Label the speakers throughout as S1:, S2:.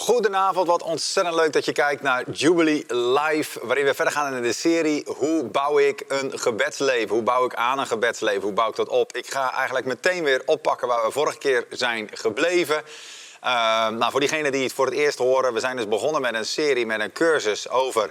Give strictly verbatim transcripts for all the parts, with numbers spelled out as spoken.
S1: Goedenavond, wat ontzettend leuk dat je kijkt naar Jubilee Live, waarin we verder gaan in de serie Hoe bouw ik een gebedsleven? Hoe bouw ik aan een gebedsleven? Hoe bouw ik dat op? Ik ga eigenlijk meteen weer oppakken waar we vorige keer zijn gebleven. Uh, nou, voor diegenen die het voor het eerst horen, we zijn dus begonnen met een serie, met een cursus over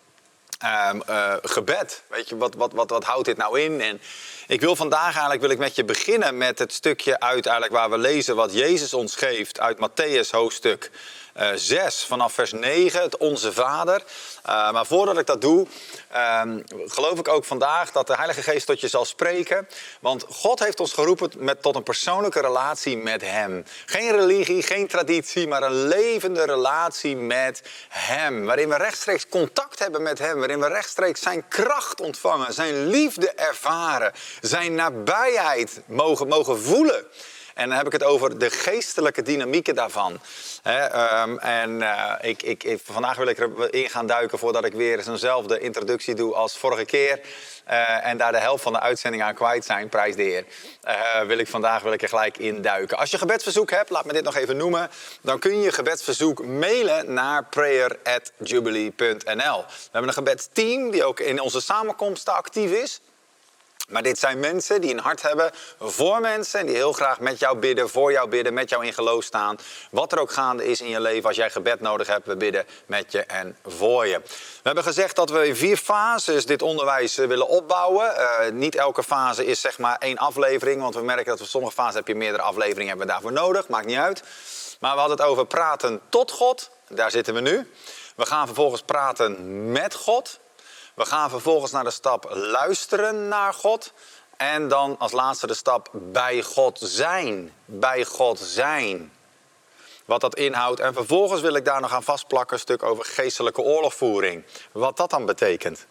S1: um, uh, gebed. Weet je, wat, wat, wat, wat houdt dit nou in? En ik wil vandaag eigenlijk wil ik met je beginnen met het stukje uit eigenlijk waar we lezen wat Jezus ons geeft uit Matthäus hoofdstuk Uh, zes, vanaf vers negen, het Onze Vader. Uh, maar voordat ik dat doe, uh, geloof ik ook vandaag dat de Heilige Geest tot je zal spreken. Want God heeft ons geroepen met, tot een persoonlijke relatie met Hem. Geen religie, geen traditie, maar een levende relatie met Hem. Waarin we rechtstreeks contact hebben met Hem. Waarin we rechtstreeks zijn kracht ontvangen, zijn liefde ervaren, zijn nabijheid mogen, mogen voelen. En dan heb ik het over de geestelijke dynamieken daarvan. He, um, en uh, ik, ik, ik, vandaag wil ik erin gaan duiken voordat ik weer zo'nzelfde introductie doe als vorige keer. Uh, en daar de helft van de uitzending aan kwijt zijn, prijs de Heer. Uh, wil ik vandaag wil ik er gelijk in duiken. Als je gebedsverzoek hebt, laat me dit nog even noemen. Dan kun je je gebedsverzoek mailen naar prayer at jubilee punt n l. We hebben een gebedsteam die ook in onze samenkomsten actief is. Maar dit zijn mensen die een hart hebben voor mensen en die heel graag met jou bidden, voor jou bidden, met jou in geloof staan. Wat er ook gaande is in je leven, als jij gebed nodig hebt, we bidden met je en voor je. We hebben gezegd dat we in vier fases dit onderwijs willen opbouwen. Uh, niet elke fase is zeg maar één aflevering, want we merken dat voor sommige fases heb je meerdere afleveringen hebben we daarvoor nodig, maakt niet uit. Maar we hadden het over praten tot God, daar zitten we nu. We gaan vervolgens praten met God. We gaan vervolgens naar de stap luisteren naar God. En dan als laatste de stap bij God zijn. Bij God zijn. Wat dat inhoudt. En vervolgens wil ik daar nog aan vastplakken een stuk over geestelijke oorlogvoering. Wat dat dan betekent.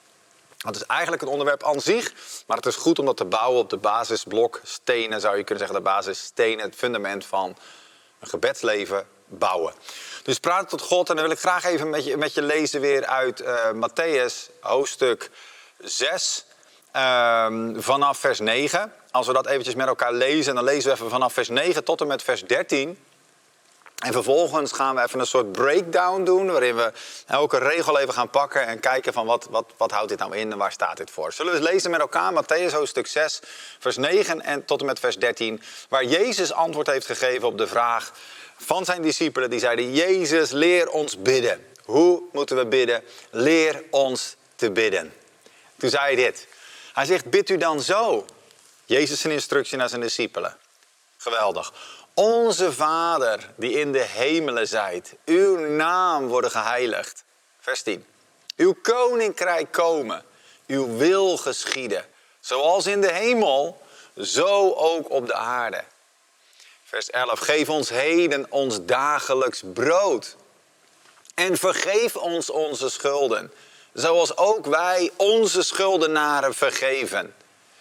S1: Dat is eigenlijk een onderwerp aan zich. Maar het is goed om dat te bouwen op de basisblok stenen. Zou je kunnen zeggen de basisstenen. Het fundament van een gebedsleven bouwen. Dus praat tot God en dan wil ik graag even met je, met je lezen weer uit uh, Matthäus hoofdstuk zes uh, vanaf vers negen. Als we dat eventjes met elkaar lezen, dan lezen we even vanaf vers negen tot en met vers dertien. En vervolgens gaan we even een soort breakdown doen, waarin we elke regel even gaan pakken en kijken van wat, wat, wat houdt dit nou in en waar staat dit voor. Zullen we eens lezen met elkaar Matthäus hoofdstuk zes, vers negen en tot en met vers dertien, waar Jezus antwoord heeft gegeven op de vraag van zijn discipelen. Die zeiden, Jezus, leer ons bidden. Hoe moeten we bidden? Leer ons te bidden. Toen zei hij dit. Hij zegt, bid u dan zo. Jezus zijn instructie naar zijn discipelen. Geweldig. Onze Vader die in de hemelen zijt. Uw naam worden geheiligd. Vers tien. Uw koninkrijk komen. Uw wil geschieden. Zoals in de hemel, zo ook op de aarde. Vers elf. Geef ons heden ons dagelijks brood. En vergeef ons onze schulden. Zoals ook wij onze schuldenaren vergeven.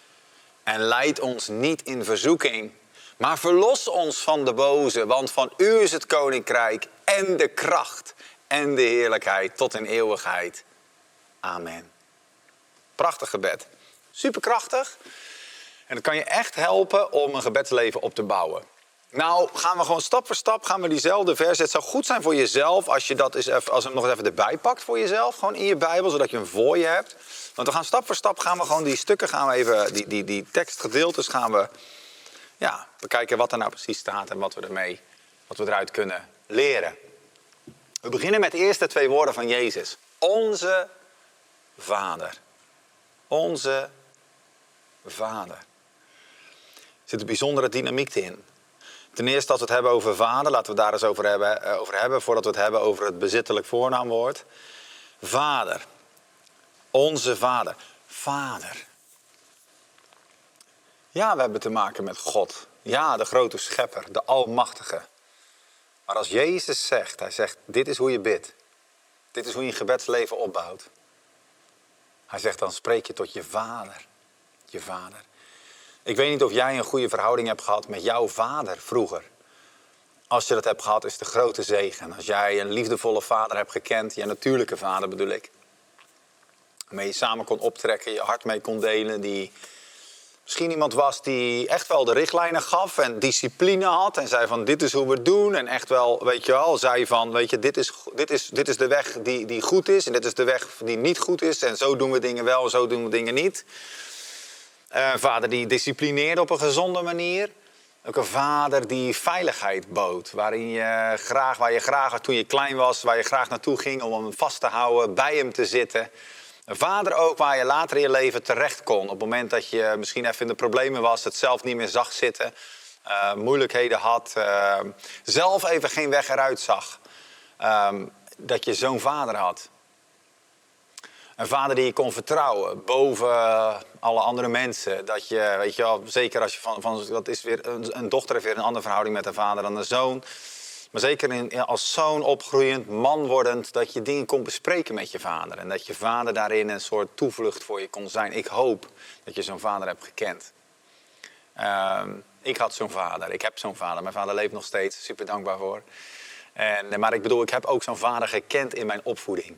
S1: En leid ons niet in verzoeking. Maar verlos ons van de boze. Want van u is het koninkrijk en de kracht en de heerlijkheid tot in eeuwigheid. Amen. Prachtig gebed. Superkrachtig. En dat kan je echt helpen om een gebedsleven op te bouwen. Nou, gaan we gewoon stap voor stap, gaan we diezelfde vers. Het zou goed zijn voor jezelf als je dat eens even, als je hem nog eens even erbij pakt voor jezelf. Gewoon in je Bijbel, zodat je hem voor je hebt. Want we gaan stap voor stap, gaan we gewoon die stukken, gaan we even, die, die, die tekstgedeeltes gaan we, ja, bekijken wat er nou precies staat en wat we ermee, wat we eruit kunnen leren. We beginnen met de eerste twee woorden van Jezus. Onze Vader. Onze Vader. Er zit een bijzondere dynamiek in. Ten eerste, als we het hebben over vader, laten we het daar eens over hebben, over hebben voordat we het hebben over het bezittelijk voornaamwoord. Vader. Onze Vader. Vader. Ja, we hebben te maken met God. Ja, de grote schepper, de almachtige. Maar als Jezus zegt, hij zegt, dit is hoe je bidt. Dit is hoe je een gebedsleven opbouwt. Hij zegt, dan spreek je tot je vader. Je vader. Ik weet niet of jij een goede verhouding hebt gehad met jouw vader vroeger. Als je dat hebt gehad, is het een grote zegen. Als jij een liefdevolle vader hebt gekend, je natuurlijke vader bedoel ik. Waarmee je samen kon optrekken, je hart mee kon delen, die misschien iemand was die echt wel de richtlijnen gaf en discipline had. En zei van, dit is hoe we het doen. En echt wel, weet je wel, zei van, weet je, dit is, dit is, dit is de weg die, die goed is. En dit is de weg die niet goed is. En zo doen we dingen wel en zo doen we dingen niet. Een vader die disciplineerde op een gezonde manier. Ook een vader die veiligheid bood. Waarin je graag, waar je graag, toen je klein was, waar je graag naartoe ging om hem vast te houden, bij hem te zitten. Een vader ook waar je later in je leven terecht kon. Op het moment dat je misschien even in de problemen was, het zelf niet meer zag zitten. Uh, moeilijkheden had. Uh, zelf even geen weg eruit zag. Um, dat je zo'n vader had. Een vader die je kon vertrouwen boven alle andere mensen. Dat je, weet je wel, zeker als je van, van dat is weer een, een dochter heeft weer een andere verhouding met een vader dan een zoon. Maar zeker in, als zoon opgroeiend, man wordend, dat je dingen kon bespreken met je vader. En dat je vader daarin een soort toevlucht voor je kon zijn. Ik hoop dat je zo'n vader hebt gekend. Uh, ik had zo'n vader, ik heb zo'n vader. Mijn vader leeft nog steeds, super dankbaar voor. En, maar ik bedoel, ik heb ook zo'n vader gekend in mijn opvoeding.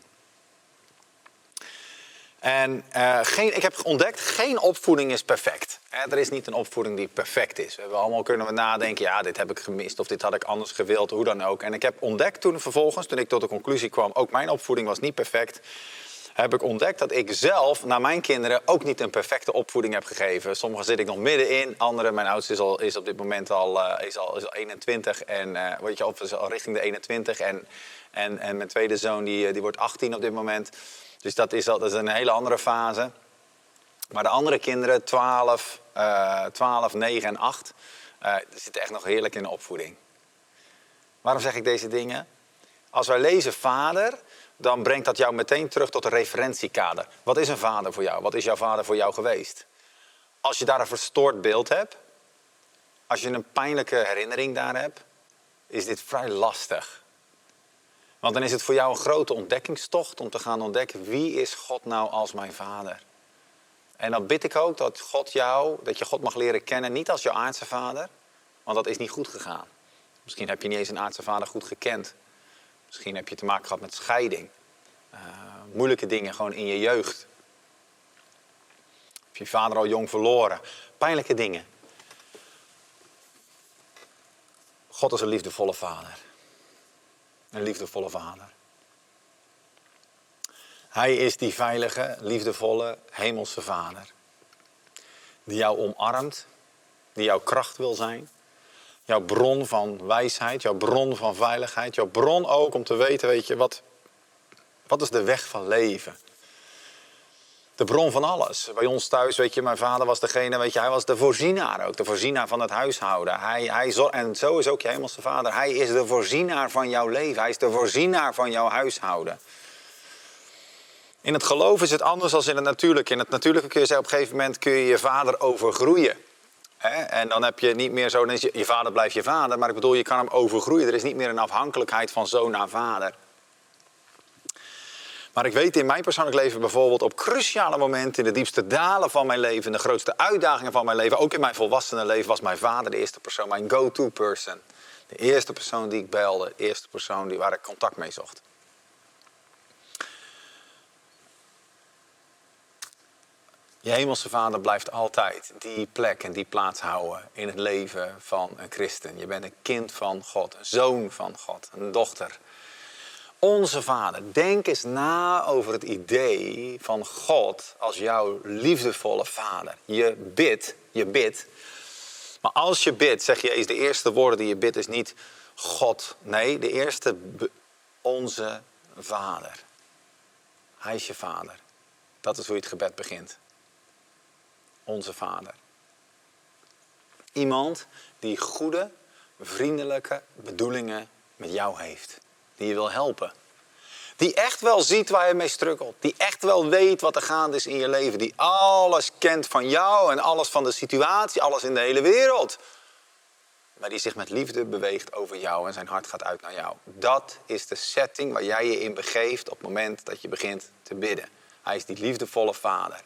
S1: En uh, geen, ik heb ontdekt, geen opvoeding is perfect. He, er is niet een opvoeding die perfect is. We hebben allemaal kunnen we nadenken, ja, dit heb ik gemist of dit had ik anders gewild, hoe dan ook. En ik heb ontdekt toen vervolgens, toen ik tot de conclusie kwam, ook mijn opvoeding was niet perfect, heb ik ontdekt dat ik zelf naar mijn kinderen ook niet een perfecte opvoeding heb gegeven. Sommige zit ik nog middenin, andere, mijn oudste is, al, is op dit moment al, uh, is al, is al eenentwintig en uh, weet je, of is al richting de eenentwintig en, en, en mijn tweede zoon die, die wordt achttien op dit moment. Dus dat is, dat is een hele andere fase. Maar de andere kinderen, twaalf, uh, twaalf negen en acht, uh, zitten echt nog heerlijk in de opvoeding. Waarom zeg ik deze dingen? Als wij lezen vader, dan brengt dat jou meteen terug tot een referentiekader. Wat is een vader voor jou? Wat is jouw vader voor jou geweest? Als je daar een verstoord beeld hebt, als je een pijnlijke herinnering daar hebt, is dit vrij lastig. Want dan is het voor jou een grote ontdekkingstocht om te gaan ontdekken, wie is God nou als mijn vader? En dan bid ik ook dat God jou, dat je God mag leren kennen, niet als jouw aardse vader, want dat is niet goed gegaan. Misschien heb je niet eens een aardse vader goed gekend. Misschien heb je te maken gehad met scheiding. Uh, moeilijke dingen gewoon in je jeugd. Heb je vader al jong verloren. Pijnlijke dingen. God is een liefdevolle vader. Een liefdevolle vader. Hij is die veilige, liefdevolle, hemelse vader. Die jou omarmt. Die jouw kracht wil zijn. Jouw bron van wijsheid. Jouw bron van veiligheid. Jouw bron ook om te weten, weet je, wat, wat is de weg van leven? De bron van alles. Bij ons thuis, weet je, mijn vader was degene, weet je, hij was de voorzienaar ook. De voorzienaar van het huishouden. Hij, hij zor- en zo is ook je hemelse vader. Hij is de voorzienaar van jouw leven. Hij is de voorzienaar van jouw huishouden. In het geloof is het anders dan in het natuurlijke. In het natuurlijke kun je zeggen, op een gegeven moment kun je je vader overgroeien. He? En dan heb je niet meer zo, dan is je, je vader blijft je vader. Maar ik bedoel, je kan hem overgroeien. Er is niet meer een afhankelijkheid van zoon naar vader. Maar ik weet in mijn persoonlijk leven bijvoorbeeld op cruciale momenten, in de diepste dalen van mijn leven, in de grootste uitdagingen van mijn leven, ook in mijn volwassenen leven, was mijn vader de eerste persoon, mijn go-to person. De eerste persoon die ik belde, de eerste persoon die, waar ik contact mee zocht. Je hemelse vader blijft altijd die plek en die plaats houden in het leven van een christen. Je bent een kind van God, een zoon van God, een dochter. Onze vader, denk eens na over het idee van God als jouw liefdevolle vader. Je bidt, je bidt. Maar als je bidt, zeg je eens, de eerste woorden die je bidt is niet God. Nee, de eerste, onze vader. Hij is je vader. Dat is hoe je het gebed begint. Onze vader. Iemand die goede, vriendelijke bedoelingen met jou heeft. Die je wil helpen. Die echt wel ziet waar je mee struggelt. Die echt wel weet wat er gaande is in je leven. Die alles kent van jou en alles van de situatie. Alles in de hele wereld. Maar die zich met liefde beweegt over jou en zijn hart gaat uit naar jou. Dat is de setting waar jij je in begeeft op het moment dat je begint te bidden. Hij is die liefdevolle vader.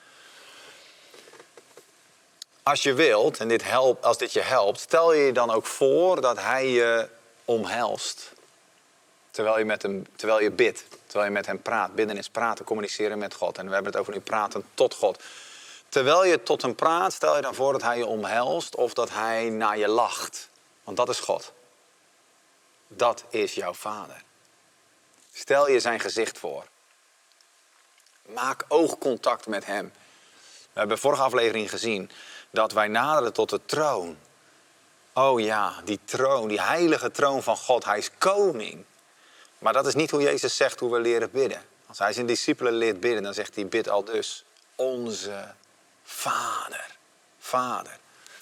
S1: Als je wilt, en dit helpt, als dit je helpt, stel je je dan ook voor dat hij je omhelst. Terwijl je, met hem, terwijl je bidt, terwijl je met hem praat. Bidden is praten, communiceren met God. En we hebben het over nu praten tot God. Terwijl je tot hem praat, stel je dan voor dat hij je omhelst of dat hij naar je lacht. Want dat is God. Dat is jouw Vader. Stel je zijn gezicht voor. Maak oogcontact met hem. We hebben vorige aflevering gezien dat wij naderen tot de troon. Oh ja, die troon, die heilige troon van God. Hij is koning. Maar dat is niet hoe Jezus zegt hoe we leren bidden. Als hij zijn discipelen leert bidden, dan zegt hij, bid al dus. Onze Vader. Vader.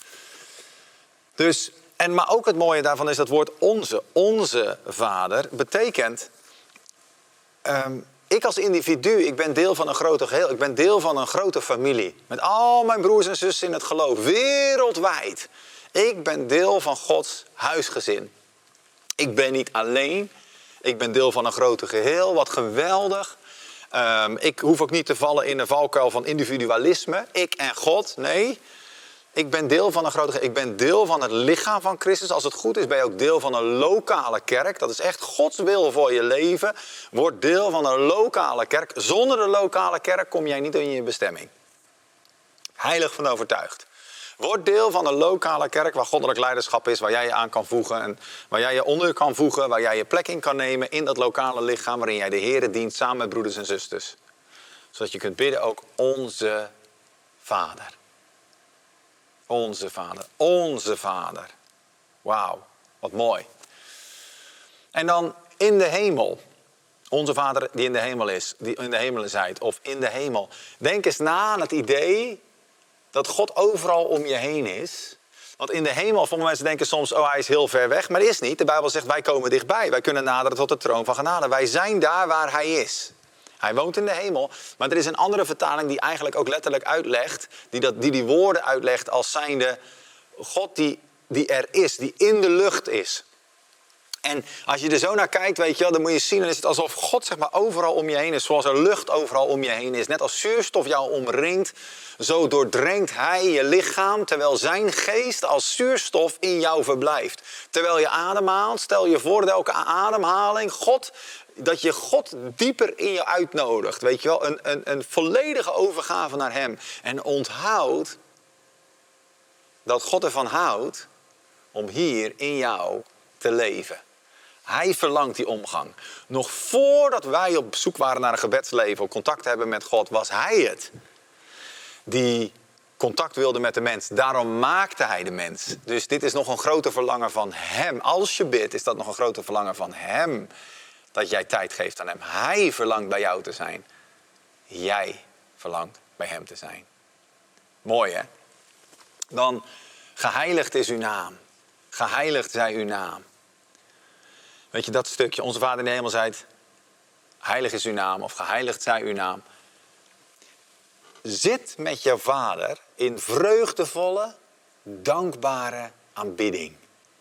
S1: Dus, en, maar ook het mooie daarvan is dat woord onze. Onze Vader betekent... Um, ik als individu, ik ben deel van een groter geheel. Ik ben deel van een grote familie. Met al mijn broers en zussen in het geloof. Wereldwijd. Ik ben deel van Gods huisgezin. Ik ben niet alleen. Ik ben deel van een groter geheel. Wat geweldig. Um, ik hoef ook niet te vallen in een valkuil van individualisme. Ik en God. Nee. Ik ben deel van een grote geheel. Ik ben deel van het lichaam van Christus. Als het goed is ben je ook deel van een lokale kerk. Dat is echt Gods wil voor je leven. Word deel van een lokale kerk. Zonder de lokale kerk kom jij niet in je bestemming. Heilig van overtuigd. Word deel van een lokale kerk waar goddelijk leiderschap is. Waar jij je aan kan voegen. En waar jij je onder kan voegen. Waar jij je plek in kan nemen in dat lokale lichaam. Waarin jij de Heere dient samen met broeders en zusters. Zodat je kunt bidden ook onze Vader. Onze Vader. Onze Vader. Wauw, wat mooi. En dan in de hemel. Onze Vader die in de hemel is. Die in de hemelen zijt. Of in de hemel. Denk eens na aan het idee dat God overal om je heen is. Want in de hemel, sommige mensen denken soms, oh hij is heel ver weg. Maar dat is niet. De Bijbel zegt wij komen dichtbij. Wij kunnen naderen tot de troon van genade. Wij zijn daar waar hij is. Hij woont in de hemel. Maar er is een andere vertaling die eigenlijk ook letterlijk uitlegt. Die dat, die, die woorden uitlegt als zijnde God die, die er is. Die in de lucht is. En als je er zo naar kijkt, weet je wel, dan moet je zien, dan is het alsof God zeg maar overal om je heen is. Zoals er lucht overal om je heen is. Net als zuurstof jou omringt, zo doordrenkt hij je lichaam. Terwijl zijn geest als zuurstof in jou verblijft. Terwijl je ademhaalt, stel je voor dat elke ademhaling God, dat je God dieper in je uitnodigt. Weet je wel, een, een, een volledige overgave naar hem. En onthoud dat God ervan houdt om hier in jou te leven. Hij verlangt die omgang. Nog voordat wij op zoek waren naar een gebedsleven, of contact hebben met God, was hij het die contact wilde met de mens. Daarom maakte hij de mens. Dus dit is nog een groter verlangen van hem. Als je bidt, is dat nog een groter verlangen van hem. Dat jij tijd geeft aan hem. Hij verlangt bij jou te zijn. Jij verlangt bij hem te zijn. Mooi hè? Dan, geheiligd is uw naam. Geheiligd zij uw naam. Weet je dat stukje, onze Vader in de hemel zijt, heilig is uw naam of geheiligd zij uw naam. Zit met je Vader in vreugdevolle, dankbare aanbidding.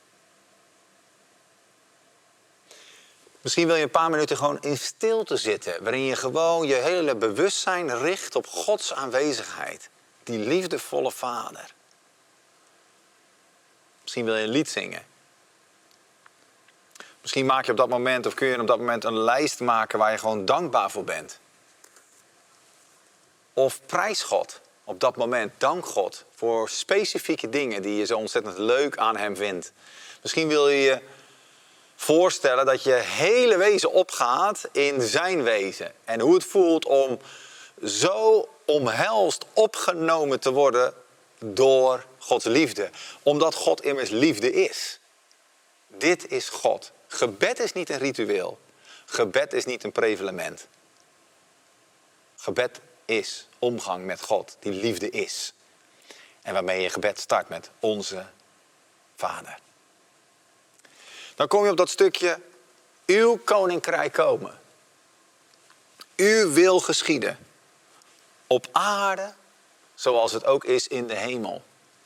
S1: Misschien wil je een paar minuten gewoon in stilte zitten, waarin je gewoon je hele bewustzijn richt op Gods aanwezigheid. Die liefdevolle Vader. Misschien wil je een lied zingen. Misschien maak je op dat moment, of kun je op dat moment een lijst maken waar je gewoon dankbaar voor bent. Of prijs God op dat moment. Dank God voor specifieke dingen die je zo ontzettend leuk aan hem vindt. Misschien wil je je voorstellen dat je hele wezen opgaat in zijn wezen. En hoe het voelt om zo omhelst, opgenomen te worden door Gods liefde. Omdat God immers liefde is. Dit is God. Gebed is niet een ritueel. Gebed is niet een prevelement. Gebed is omgang met God, die liefde is. En waarmee je gebed start met onze Vader. Dan kom je op dat stukje, uw koninkrijk komen. Uw wil geschieden. Op aarde, zoals het ook is in de hemel.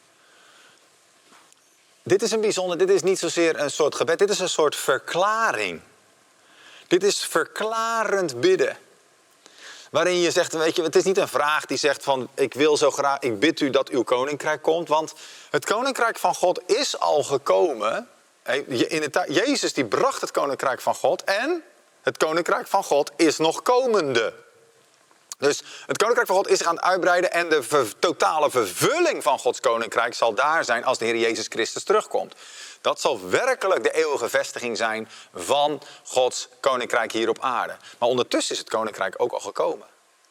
S1: Dit is een bijzonder, dit is niet zozeer een soort gebed, dit is een soort verklaring. Dit is verklarend bidden. Waarin je zegt, weet je, het is niet een vraag die zegt van, ik wil zo graag, ik bid u dat uw koninkrijk komt. Want het koninkrijk van God is al gekomen. In het, Jezus die bracht het koninkrijk van God en het koninkrijk van God is nog komende. Dus het koninkrijk van God is zich aan het uitbreiden en de ver, totale vervulling van Gods koninkrijk zal daar zijn als de Heer Jezus Christus terugkomt. Dat zal werkelijk de eeuwige vestiging zijn van Gods koninkrijk hier op aarde. Maar ondertussen is het koninkrijk ook al gekomen.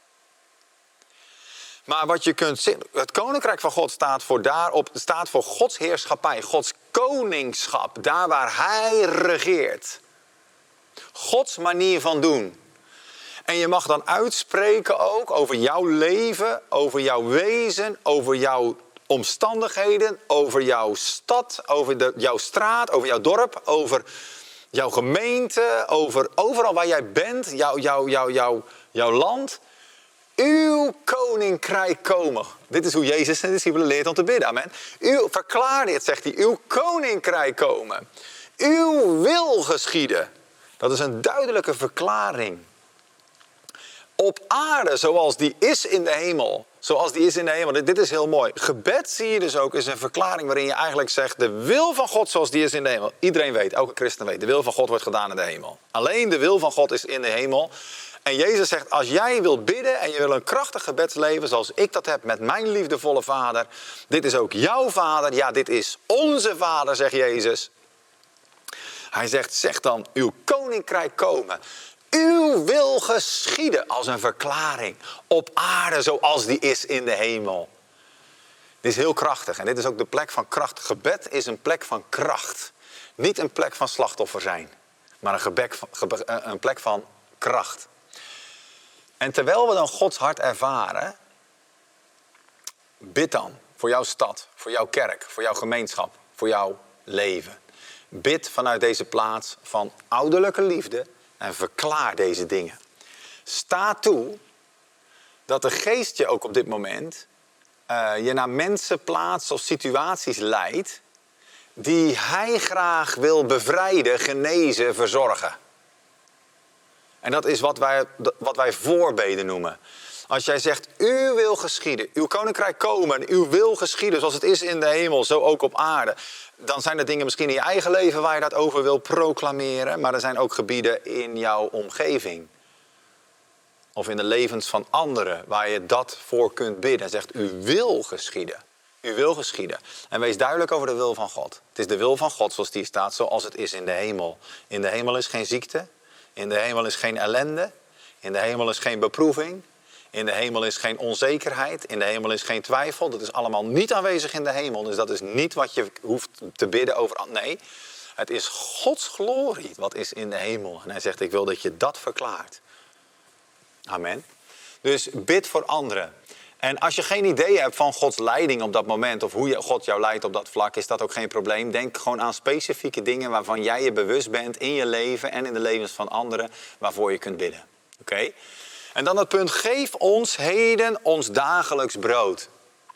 S1: Maar wat je kunt zien, het koninkrijk van God staat voor, daarop, staat voor Gods heerschappij, Gods koningschap, daar waar Hij regeert. Gods manier van doen. En je mag dan uitspreken ook over jouw leven, over jouw wezen, over jouw omstandigheden, over jouw stad, over de, jouw straat, over jouw dorp, over jouw gemeente, over overal waar jij bent, jouw, jouw, jouw, jouw, jouw land. Uw koninkrijk komen. Dit is hoe Jezus zijn discipelen leert om te bidden. Amen. Uw, verklaar dit, zegt hij. Uw koninkrijk komen. Uw wil geschieden. Dat is een duidelijke verklaring. Op aarde zoals die is in de hemel. Zoals die is in de hemel. Dit, dit is heel mooi. Gebed zie je dus ook is een verklaring waarin je eigenlijk zegt de wil van God zoals die is in de hemel. Iedereen weet, elke christen weet, de wil van God wordt gedaan in de hemel. Alleen de wil van God is in de hemel. En Jezus zegt, als jij wilt bidden en je wil een krachtig gebedsleven zoals ik dat heb met mijn liefdevolle Vader. Dit is ook jouw Vader. Ja, dit is onze Vader, zegt Jezus. Hij zegt, zeg dan, uw koninkrijk komen. Uw wil geschieden als een verklaring op aarde zoals die is in de hemel. Dit is heel krachtig en dit is ook de plek van kracht. Gebed is een plek van kracht. Niet een plek van slachtoffer zijn, maar een, gebek, een plek van kracht. En terwijl we dan Gods hart ervaren, bid dan voor jouw stad, voor jouw kerk, voor jouw gemeenschap, voor jouw leven. Bid vanuit deze plaats van ouderlijke liefde en verklaar deze dingen. Sta toe dat de geest je ook op dit moment uh, je naar mensen plaatst of situaties leidt die hij graag wil bevrijden, genezen, verzorgen. En dat is wat wij, wat wij voorbeden noemen. Als jij zegt, u wil geschieden, uw koninkrijk komen, uw wil geschieden zoals het is in de hemel, zo ook op aarde. Dan zijn er dingen misschien in je eigen leven waar je dat over wil proclameren. Maar er zijn ook gebieden in jouw omgeving. Of in de levens van anderen waar je dat voor kunt bidden. En zegt, u wil geschieden. U wil geschieden. En wees duidelijk over de wil van God. Het is de wil van God zoals die staat, zoals het is in de hemel. In de hemel is geen ziekte. In de hemel is geen ellende. In de hemel is geen beproeving. In de hemel is geen onzekerheid. In de hemel is geen twijfel. Dat is allemaal niet aanwezig in de hemel. Dus dat is niet wat je hoeft te bidden over. Nee, het is Gods glorie wat is in de hemel. En hij zegt, ik wil dat je dat verklaart. Amen. Dus bid voor anderen. En als je geen idee hebt van Gods leiding op dat moment, of hoe God jou leidt op dat vlak, is dat ook geen probleem. Denk gewoon aan specifieke dingen waarvan jij je bewust bent in je leven en in de levens van anderen, waarvoor je kunt bidden. Oké? Okay? En dan het punt, geef ons heden ons dagelijks brood.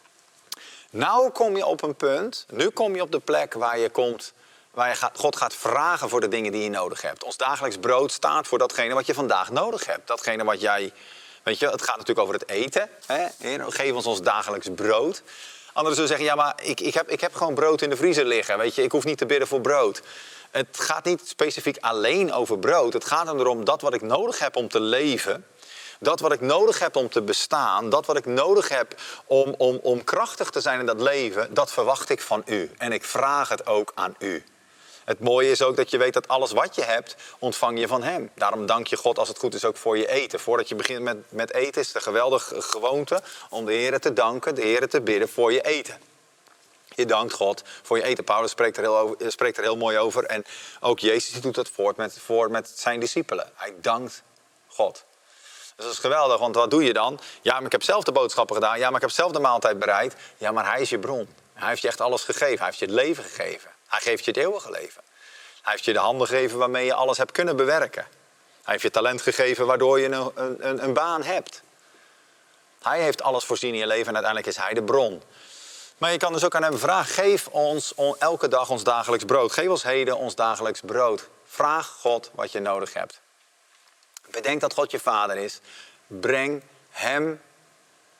S1: Nou kom je op een punt, nu kom je op de plek waar je komt, waar je gaat, God gaat vragen voor de dingen die je nodig hebt. Ons dagelijks brood staat voor datgene wat je vandaag nodig hebt. Datgene wat jij, weet je, het gaat natuurlijk over het eten. Hè? Heer, geef ons ons dagelijks brood. Anderen zullen zeggen, ja maar ik, ik, heb, ik heb gewoon brood in de vriezer liggen. Weet je, ik hoef niet te bidden voor brood. Het gaat niet specifiek alleen over brood. Het gaat erom dat wat ik nodig heb om te leven, dat wat ik nodig heb om te bestaan, dat wat ik nodig heb om, om, om krachtig te zijn in dat leven, dat verwacht ik van u. En ik vraag het ook aan u. Het mooie is ook dat je weet dat alles wat je hebt, ontvang je van hem. Daarom dank je God als het goed is ook voor je eten. Voordat je begint met, met eten is het een geweldige gewoonte om de Heer te danken, de Heer te bidden voor je eten. Je dankt God voor je eten. Paulus spreekt er heel, over, spreekt er heel mooi over. En ook Jezus doet dat voort met, voor met zijn discipelen. Hij dankt God. Dus dat is geweldig, want wat doe je dan? Ja, maar ik heb zelf de boodschappen gedaan. Ja, maar ik heb zelf de maaltijd bereid. Ja, maar hij is je bron. Hij heeft je echt alles gegeven. Hij heeft je het leven gegeven. Hij geeft je het eeuwige leven. Hij heeft je de handen gegeven waarmee je alles hebt kunnen bewerken. Hij heeft je talent gegeven waardoor je een, een, een baan hebt. Hij heeft alles voorzien in je leven en uiteindelijk is hij de bron. Maar je kan dus ook aan hem vragen, geef ons on, elke dag ons dagelijks brood. Geef ons heden ons dagelijks brood. Vraag God wat je nodig hebt. Bedenk dat God je vader is. Breng hem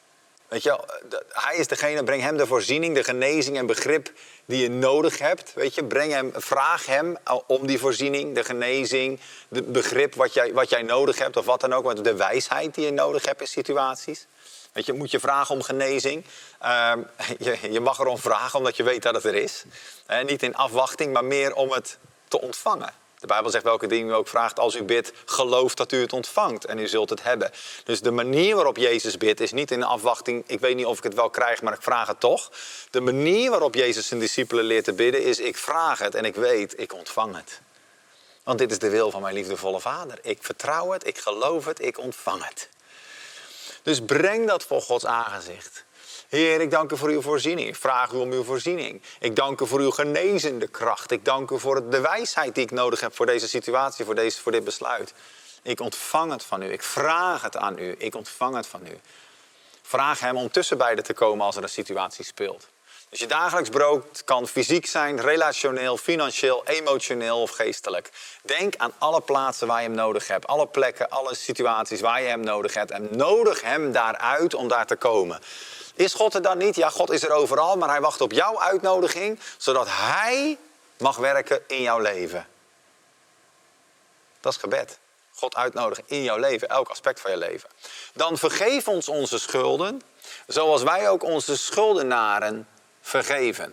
S1: Weet je, hij is degene, breng hem de voorziening, de genezing en begrip die je nodig hebt. Weet je, breng hem, vraag hem om die voorziening, de genezing, de begrip wat jij, wat jij nodig hebt of wat dan ook. De wijsheid die je nodig hebt in situaties. Weet je, moet je vragen om genezing. Uh, je, je mag erom vragen omdat je weet dat het er is. Uh, niet in afwachting, maar meer om het te ontvangen. De Bijbel zegt welke dingen u ook vraagt als u bidt, geloof dat u het ontvangt en u zult het hebben. Dus de manier waarop Jezus bidt is niet in afwachting, ik weet niet of ik het wel krijg, maar ik vraag het toch. De manier waarop Jezus zijn discipelen leert te bidden is, ik vraag het en ik weet, ik ontvang het. Want dit is de wil van mijn liefdevolle Vader. Ik vertrouw het, ik geloof het, ik ontvang het. Dus breng dat voor Gods aangezicht. Heer, ik dank u voor uw voorziening. Ik vraag u om uw voorziening. Ik dank u voor uw genezende kracht. Ik dank u voor de wijsheid die ik nodig heb voor deze situatie, voor, deze, voor dit besluit. Ik ontvang het van u. Ik vraag het aan u. Ik ontvang het van u. Vraag hem om tussen beiden te komen als er een situatie speelt. Dus je dagelijks brood kan fysiek zijn, relationeel, financieel, emotioneel of geestelijk. Denk aan alle plaatsen waar je hem nodig hebt. Alle plekken, alle situaties waar je hem nodig hebt. En nodig hem daaruit om daar te komen. Is God er dan niet? Ja, God is er overal, maar hij wacht op jouw uitnodiging, zodat hij mag werken in jouw leven. Dat is gebed. God uitnodigen in jouw leven, elk aspect van je leven. Dan vergeef ons onze schulden, zoals wij ook onze schuldenaren vergeven.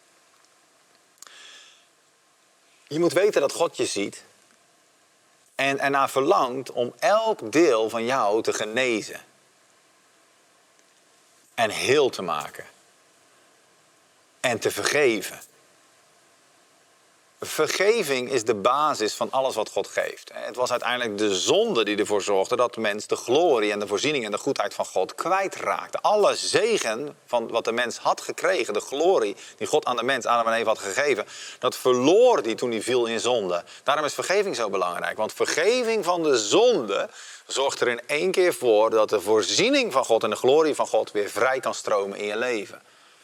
S1: Je moet weten dat God je ziet en ernaar verlangt om elk deel van jou te genezen. En heel te maken. En te vergeven. Vergeving is de basis van alles wat God geeft. Het was uiteindelijk de zonde die ervoor zorgde dat de mens de glorie en de voorziening en de goedheid van God kwijtraakte. Alle zegen van wat de mens had gekregen, de glorie die God aan de mens, Adam en Eva had gegeven, dat verloor die toen hij viel in zonde. Daarom is vergeving zo belangrijk. Want vergeving van de zonde zorgt er in één keer voor dat de voorziening van God en de glorie van God weer vrij kan stromen in je leven.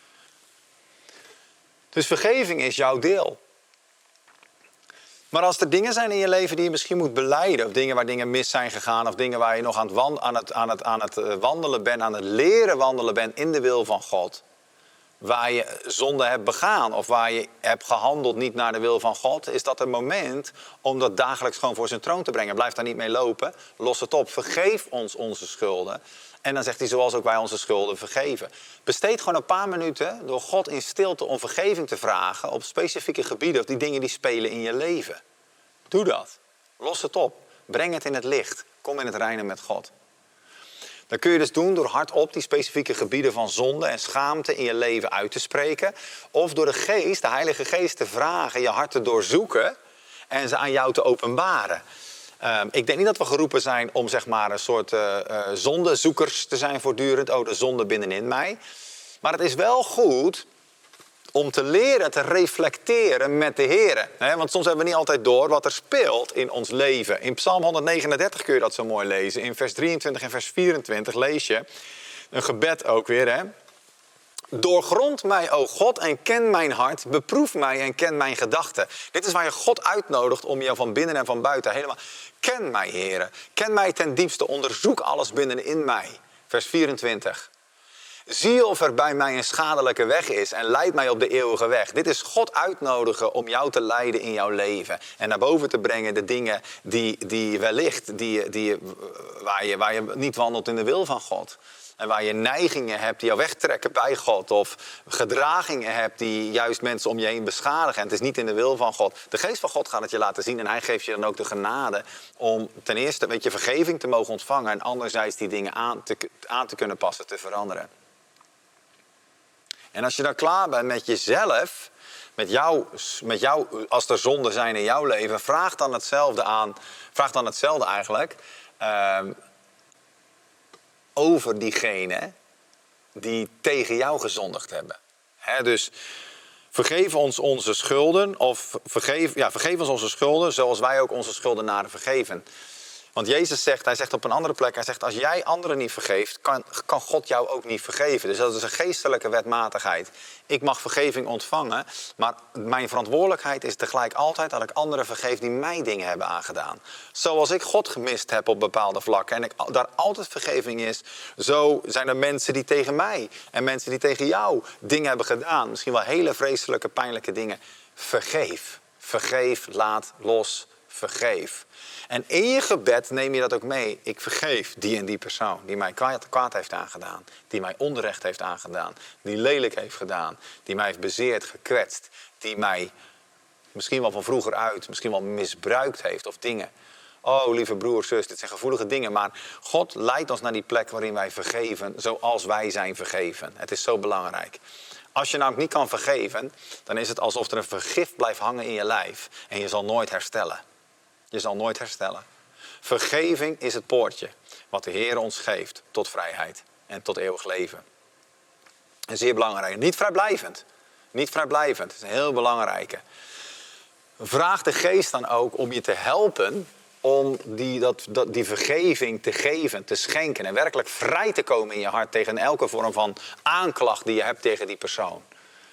S1: Dus vergeving is jouw deel. Maar als er dingen zijn in je leven die je misschien moet belijden, of dingen waar dingen mis zijn gegaan, of dingen waar je nog aan het, wand, aan het, aan het, aan het wandelen bent, aan het leren wandelen bent in de wil van God, waar je zonde hebt begaan of waar je hebt gehandeld niet naar de wil van God, is dat een moment om dat dagelijks gewoon voor zijn troon te brengen. Blijf daar niet mee lopen, los het op, vergeef ons onze schulden. En dan zegt hij, zoals ook wij onze schulden vergeven. Besteed gewoon een paar minuten door God in stilte om vergeving te vragen op specifieke gebieden of die dingen die spelen in je leven. Doe dat. Los het op. Breng het in het licht. Kom in het reinen met God. Dat kun je dus doen door hardop die specifieke gebieden van zonde en schaamte in je leven uit te spreken. Of door de geest, de Heilige Geest, te vragen, je hart te doorzoeken en ze aan jou te openbaren. Um, ik denk niet dat we geroepen zijn om zeg maar een soort uh, uh, zondezoekers te zijn voortdurend. Oh, de zonde binnenin mij. Maar het is wel goed om te leren te reflecteren met de Heer. Want soms hebben we niet altijd door wat er speelt in ons leven. In Psalm honderdnegenendertig kun je dat zo mooi lezen. In vers drieëntwintig en vers vierentwintig lees je een gebed ook weer. Hè? Doorgrond mij, o God, en ken mijn hart. Beproef mij en ken mijn gedachten. Dit is waar je God uitnodigt om je van binnen en van buiten helemaal... Ken mij, Heere. Ken mij ten diepste. Onderzoek alles binnenin mij. Vers vierentwintig. Zie of er bij mij een schadelijke weg is en leid mij op de eeuwige weg. Dit is God uitnodigen om jou te leiden in jouw leven. En naar boven te brengen de dingen die, die wellicht, die, die, waar, je, waar je niet wandelt in de wil van God. En waar je neigingen hebt die jou wegtrekken bij God. Of gedragingen hebt die juist mensen om je heen beschadigen. En het is niet in de wil van God. De geest van God gaat het je laten zien. En hij geeft je dan ook de genade om ten eerste weet je, vergeving te mogen ontvangen. En anderzijds die dingen aan te, aan te kunnen passen, te veranderen. En als je dan klaar bent met jezelf, met jou, met jou, als er zonden zijn in jouw leven, vraag dan hetzelfde aan, vraag dan hetzelfde eigenlijk, uh, over diegene die tegen jou gezondigd hebben. He, dus vergeef ons onze schulden, of vergeef, ja, vergeef ons onze schulden, zoals wij ook onze schuldenaren vergeven. Want Jezus zegt, hij zegt op een andere plek, hij zegt als jij anderen niet vergeeft, kan, kan God jou ook niet vergeven. Dus dat is een geestelijke wetmatigheid. Ik mag vergeving ontvangen, maar mijn verantwoordelijkheid is tegelijk altijd dat ik anderen vergeef die mij dingen hebben aangedaan. Zoals ik God gemist heb op bepaalde vlakken en ik, daar altijd vergeving is, zo zijn er mensen die tegen mij en mensen die tegen jou dingen hebben gedaan. Misschien wel hele vreselijke, pijnlijke dingen. Vergeef, vergeef, laat los, vergeef. En in je gebed neem je dat ook mee. Ik vergeef die en die persoon die mij kwaad, kwaad heeft aangedaan. Die mij onrecht heeft aangedaan. Die lelijk heeft gedaan. Die mij heeft bezeerd, gekwetst. Die mij misschien wel van vroeger uit, misschien wel misbruikt heeft of dingen. Oh, lieve broer, zus, dit zijn gevoelige dingen. Maar God leidt ons naar die plek waarin wij vergeven zoals wij zijn vergeven. Het is zo belangrijk. Als je namelijk niet kan vergeven, dan is het alsof er een vergif blijft hangen in je lijf. En je zal nooit herstellen. Je zal nooit herstellen. Vergeving is het poortje wat de Heer ons geeft tot vrijheid en tot eeuwig leven. En zeer belangrijk. Niet vrijblijvend. Niet vrijblijvend. Dat is een heel belangrijke. Vraag de geest dan ook om je te helpen om die, dat, dat, die vergeving te geven, te schenken. En werkelijk vrij te komen in je hart tegen elke vorm van aanklacht die je hebt tegen die persoon.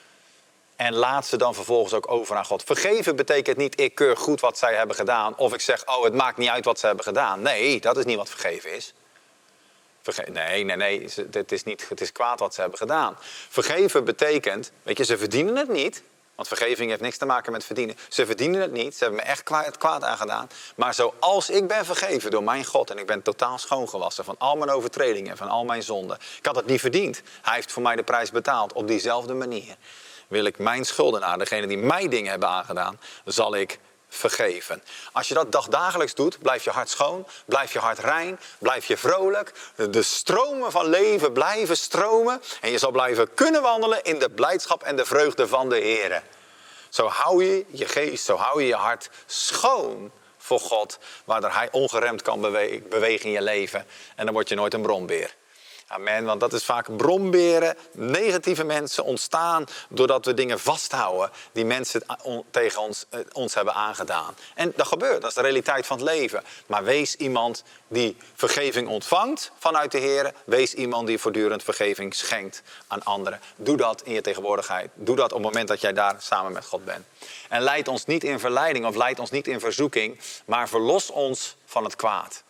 S1: En laat ze dan vervolgens ook over aan God. Vergeven betekent niet ik keur goed wat zij hebben gedaan. Of ik zeg, oh het maakt niet uit wat ze hebben gedaan. Nee, dat is niet wat vergeven is. Verge- nee, nee, nee. Het is, niet, het is kwaad wat ze hebben gedaan. Vergeven betekent, weet je, ze verdienen het niet. Want vergeving heeft niks te maken met verdienen. Ze verdienen het niet. Ze hebben me echt kwaad, kwaad aangedaan. Maar zoals ik ben vergeven door mijn God. En ik ben totaal schoongewassen van al mijn overtredingen. Van al mijn zonden. Ik had het niet verdiend. Hij heeft voor mij de prijs betaald. Op diezelfde manier wil ik mijn schuldenaar, degene die mij dingen hebben aangedaan, zal ik vergeven. Als je dat dagdagelijks doet, blijf je hart schoon, blijf je hart rein, blijf je vrolijk. De stromen van leven blijven stromen en je zal blijven kunnen wandelen in de blijdschap en de vreugde van de Heer. Zo hou je je geest, zo hou je je hart schoon voor God, waardoor Hij ongeremd kan bewegen, bewegen in je leven. En dan word je nooit een brombeer. Amen, want dat is vaak bromberen. Negatieve mensen ontstaan doordat we dingen vasthouden die mensen tegen ons, ons hebben aangedaan. En dat gebeurt, dat is de realiteit van het leven. Maar wees iemand die vergeving ontvangt vanuit de Heer. Wees iemand die voortdurend vergeving schenkt aan anderen. Doe dat in je tegenwoordigheid. Doe dat op het moment dat jij daar samen met God bent. En leid ons niet in verleiding of leid ons niet in verzoeking, maar verlos ons van het kwaad.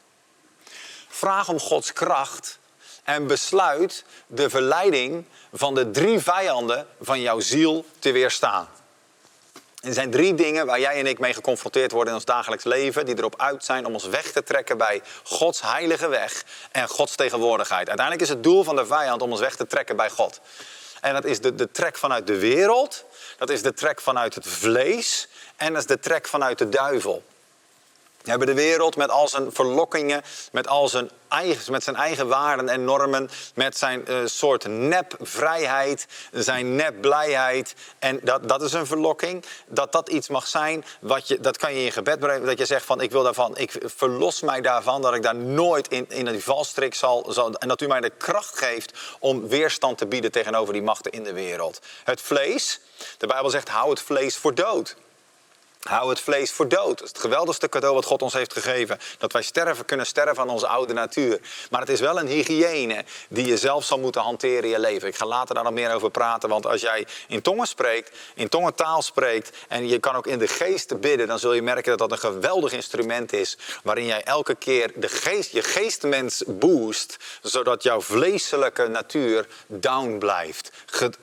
S1: Vraag om Gods kracht. En besluit de verleiding van de drie vijanden van jouw ziel te weerstaan. Er zijn drie dingen waar jij en ik mee geconfronteerd worden in ons dagelijks leven. Die erop uit zijn om ons weg te trekken bij Gods heilige weg en Gods tegenwoordigheid. Uiteindelijk is het doel van de vijand om ons weg te trekken bij God. En dat is de, de trek vanuit de wereld. Dat is de trek vanuit het vlees. En dat is de trek vanuit de duivel. We hebben de wereld met al zijn verlokkingen, met, al zijn, eigen, met zijn eigen waarden en normen, met zijn uh, soort nepvrijheid, zijn nepblijheid. En dat, dat is een verlokking. Dat dat iets mag zijn, wat je, dat kan je in je gebed brengen. Dat je zegt van, ik wil daarvan, ik verlos mij daarvan, dat ik daar nooit in, in die valstrik zal, zal. En dat u mij de kracht geeft om weerstand te bieden tegenover die machten in de wereld. Het vlees, de Bijbel zegt, hou het vlees voor dood. Hou het vlees voor dood. Dat is het geweldigste cadeau wat God ons heeft gegeven. Dat wij sterven, kunnen sterven aan onze oude natuur. Maar het is wel een hygiëne die je zelf zal moeten hanteren in je leven. Ik ga later daar nog meer over praten. Want als jij in tongen spreekt, in tongentaal spreekt en je kan ook in de geest bidden, dan zul je merken dat dat een geweldig instrument is. Waarin jij elke keer de geest, je geestmens boost. Zodat jouw vleeselijke natuur down blijft.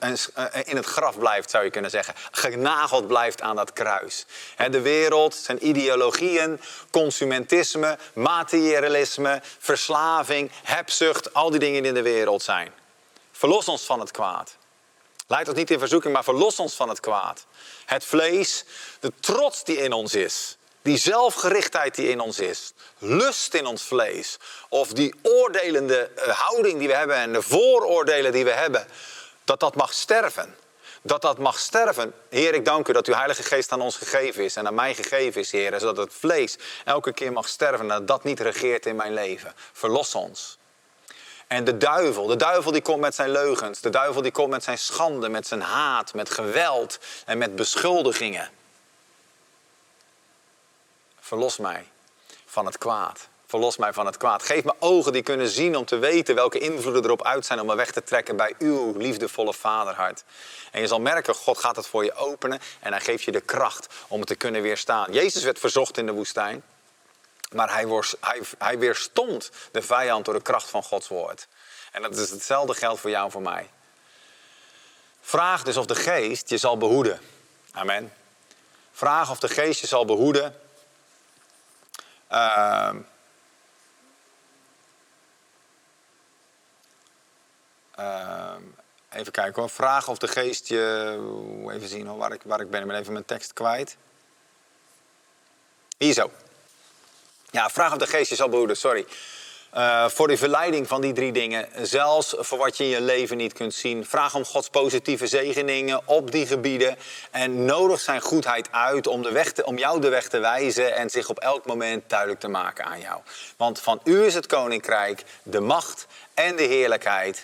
S1: In het graf blijft, zou je kunnen zeggen. Genageld blijft aan dat kruis. De wereld, zijn ideologieën, consumentisme, materialisme, verslaving, hebzucht, al die dingen die in de wereld zijn. Verlos ons van het kwaad. Leid ons niet in verzoeking, maar verlos ons van het kwaad. Het vlees, de trots die in ons is, die zelfgerichtheid die in ons is, lust in ons vlees, of die oordelende houding die we hebben en de vooroordelen die we hebben, dat dat mag sterven. Dat dat mag sterven. Heer, ik dank u dat uw Heilige Geest aan ons gegeven is en aan mij gegeven is, Heer. Zodat het vlees elke keer mag sterven en dat dat niet regeert in mijn leven. Verlos ons. En de duivel, de duivel die komt met zijn leugens. De duivel die komt met zijn schande, met zijn haat, met geweld en met beschuldigingen. Verlos mij van het kwaad. Verlos mij van het kwaad. Geef me ogen die kunnen zien om te weten welke invloeden erop uit zijn om me weg te trekken bij uw liefdevolle vaderhart. En je zal merken, God gaat het voor je openen en hij geeft je de kracht om het te kunnen weerstaan. Jezus werd verzocht in de woestijn, maar hij, worst, hij, hij weerstond de vijand door de kracht van Gods woord. En dat is hetzelfde geldt voor jou en voor mij. Vraag dus of de geest je zal behoeden. Amen. Vraag of de geest je zal behoeden. Uh, uh, even kijken hoor. Vraag of de geest je... Even zien hoor, waar ik, waar ik ben. Ik ben even mijn tekst kwijt. Hier zo. Ja, vraag of de geest je zal behoeden, sorry. Uh, voor de verleiding van die drie dingen, zelfs voor wat je in je leven niet kunt zien. Vraag om Gods positieve zegeningen op die gebieden. En nodig zijn goedheid uit om, de weg te, om jou de weg te wijzen en zich op elk moment duidelijk te maken aan jou. Want van u is het koninkrijk, de macht en de heerlijkheid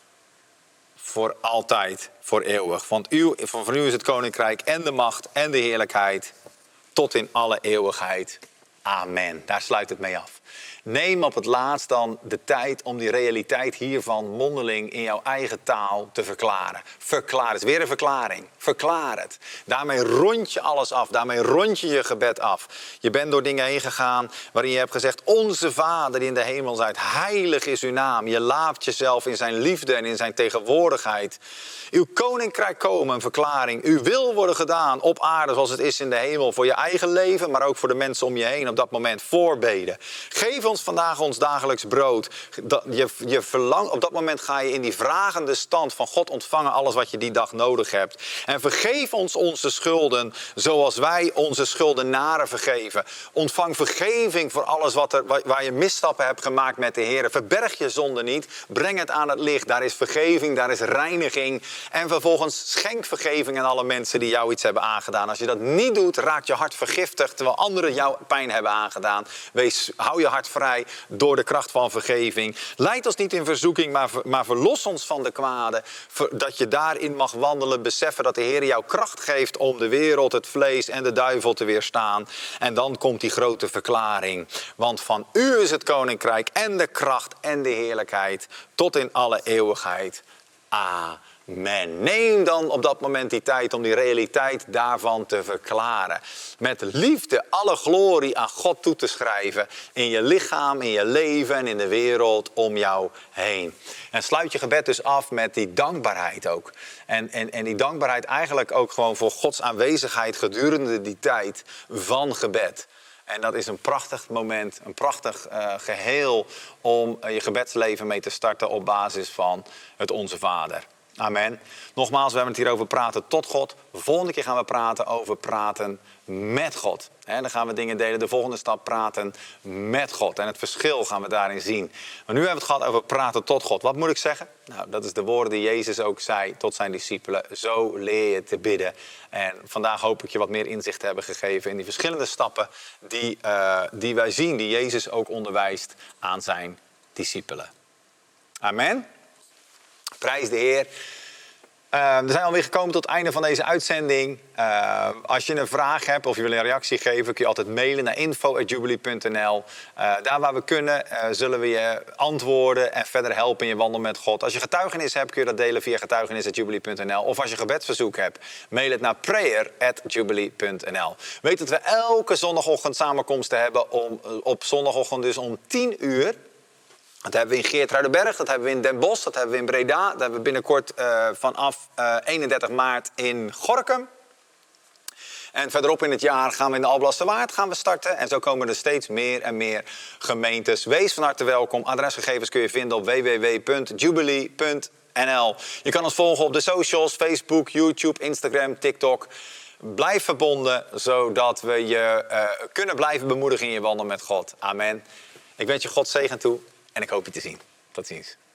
S1: voor altijd, voor eeuwig. Want u, van u is het koninkrijk en de macht en de heerlijkheid tot in alle eeuwigheid. Amen. Daar sluit het mee af. Neem op het laatst dan de tijd om die realiteit hiervan mondeling in jouw eigen taal te verklaren. Verklaar het. Weer een verklaring. Verklaar het. Daarmee rond je alles af. Daarmee rond je je gebed af. Je bent door dingen heen gegaan waarin je hebt gezegd: Onze Vader die in de hemel zijt, heilig is uw naam. Je laapt jezelf in zijn liefde en in zijn tegenwoordigheid. Uw koninkrijk komen, een verklaring. Uw wil worden gedaan op aarde zoals het is in de hemel. Voor je eigen leven, maar ook voor de mensen om je heen op dat moment. Voorbeden. Geef ons vandaag ons dagelijks brood. Je, je verlang, op dat moment ga je in die vragende stand van God ontvangen alles wat je die dag nodig hebt. En vergeef ons onze schulden zoals wij onze schuldenaren vergeven. Ontvang vergeving voor alles wat er, waar je misstappen hebt gemaakt met de Heer. Verberg je zonde niet. Breng het aan het licht. Daar is vergeving, daar is reiniging. En vervolgens schenk vergeving aan alle mensen die jou iets hebben aangedaan. Als je dat niet doet, raakt je hart vergiftigd terwijl anderen jou pijn hebben aangedaan. Wees, hou je hart vrij door de kracht van vergeving. Leid ons niet in verzoeking, maar, ver, maar verlos ons van de kwade. Ver, dat je daarin mag wandelen, beseffen dat de Heer jou kracht geeft om de wereld, het vlees en de duivel te weerstaan. En dan komt die grote verklaring. Want van u is het koninkrijk en de kracht en de heerlijkheid tot in alle eeuwigheid. Amen. Men. Neem dan op dat moment die tijd om die realiteit daarvan te verklaren. Met liefde alle glorie aan God toe te schrijven. In je lichaam, in je leven en in de wereld om jou heen. En sluit je gebed dus af met die dankbaarheid ook. En, en, en die dankbaarheid eigenlijk ook gewoon voor Gods aanwezigheid gedurende die tijd van gebed. En dat is een prachtig moment, een prachtig uh, geheel om uh, je gebedsleven mee te starten op basis van het Onze Vader. Amen. Nogmaals, we hebben het hier over praten tot God. De volgende keer gaan we praten over praten met God. He, dan gaan we dingen delen. De volgende stap praten met God. En het verschil gaan we daarin zien. Maar nu hebben we het gehad over praten tot God. Wat moet ik zeggen? Nou, dat is de woorden die Jezus ook zei tot zijn discipelen. Zo leer je te bidden. En vandaag hoop ik je wat meer inzicht te hebben gegeven in die verschillende stappen die, uh, die wij zien. Die Jezus ook onderwijst aan zijn discipelen. Amen. Prijs de Heer. Uh, we zijn alweer gekomen tot het einde van deze uitzending. Uh, als je een vraag hebt of je wil een reactie geven, kun je altijd mailen naar info at jubilee punt n l. Uh, daar waar we kunnen, uh, zullen we je antwoorden en verder helpen in je wandel met God. Als je getuigenis hebt, kun je dat delen via getuigenis at jubilee punt n l. Of als je gebedsverzoek hebt, mail het naar prayer at jubilee punt n l. Weet dat we elke zondagochtend samenkomsten hebben om, op zondagochtend dus om tien uur. Dat hebben we in Geertruidenberg, dat hebben we in Den Bosch, dat hebben we in Breda. Dat hebben we binnenkort uh, vanaf uh, eenendertig maart in Gorinchem. En verderop in het jaar gaan we in de Alblasserwaard gaan we starten. En zo komen er steeds meer en meer gemeentes. Wees van harte welkom. Adresgegevens kun je vinden op w w w punt jubilee punt n l. Je kan ons volgen op de socials, Facebook, YouTube, Instagram, TikTok. Blijf verbonden, zodat we je uh, kunnen blijven bemoedigen in je wandel met God. Amen. Ik wens je God zegen toe. En ik hoop je te zien. Tot ziens.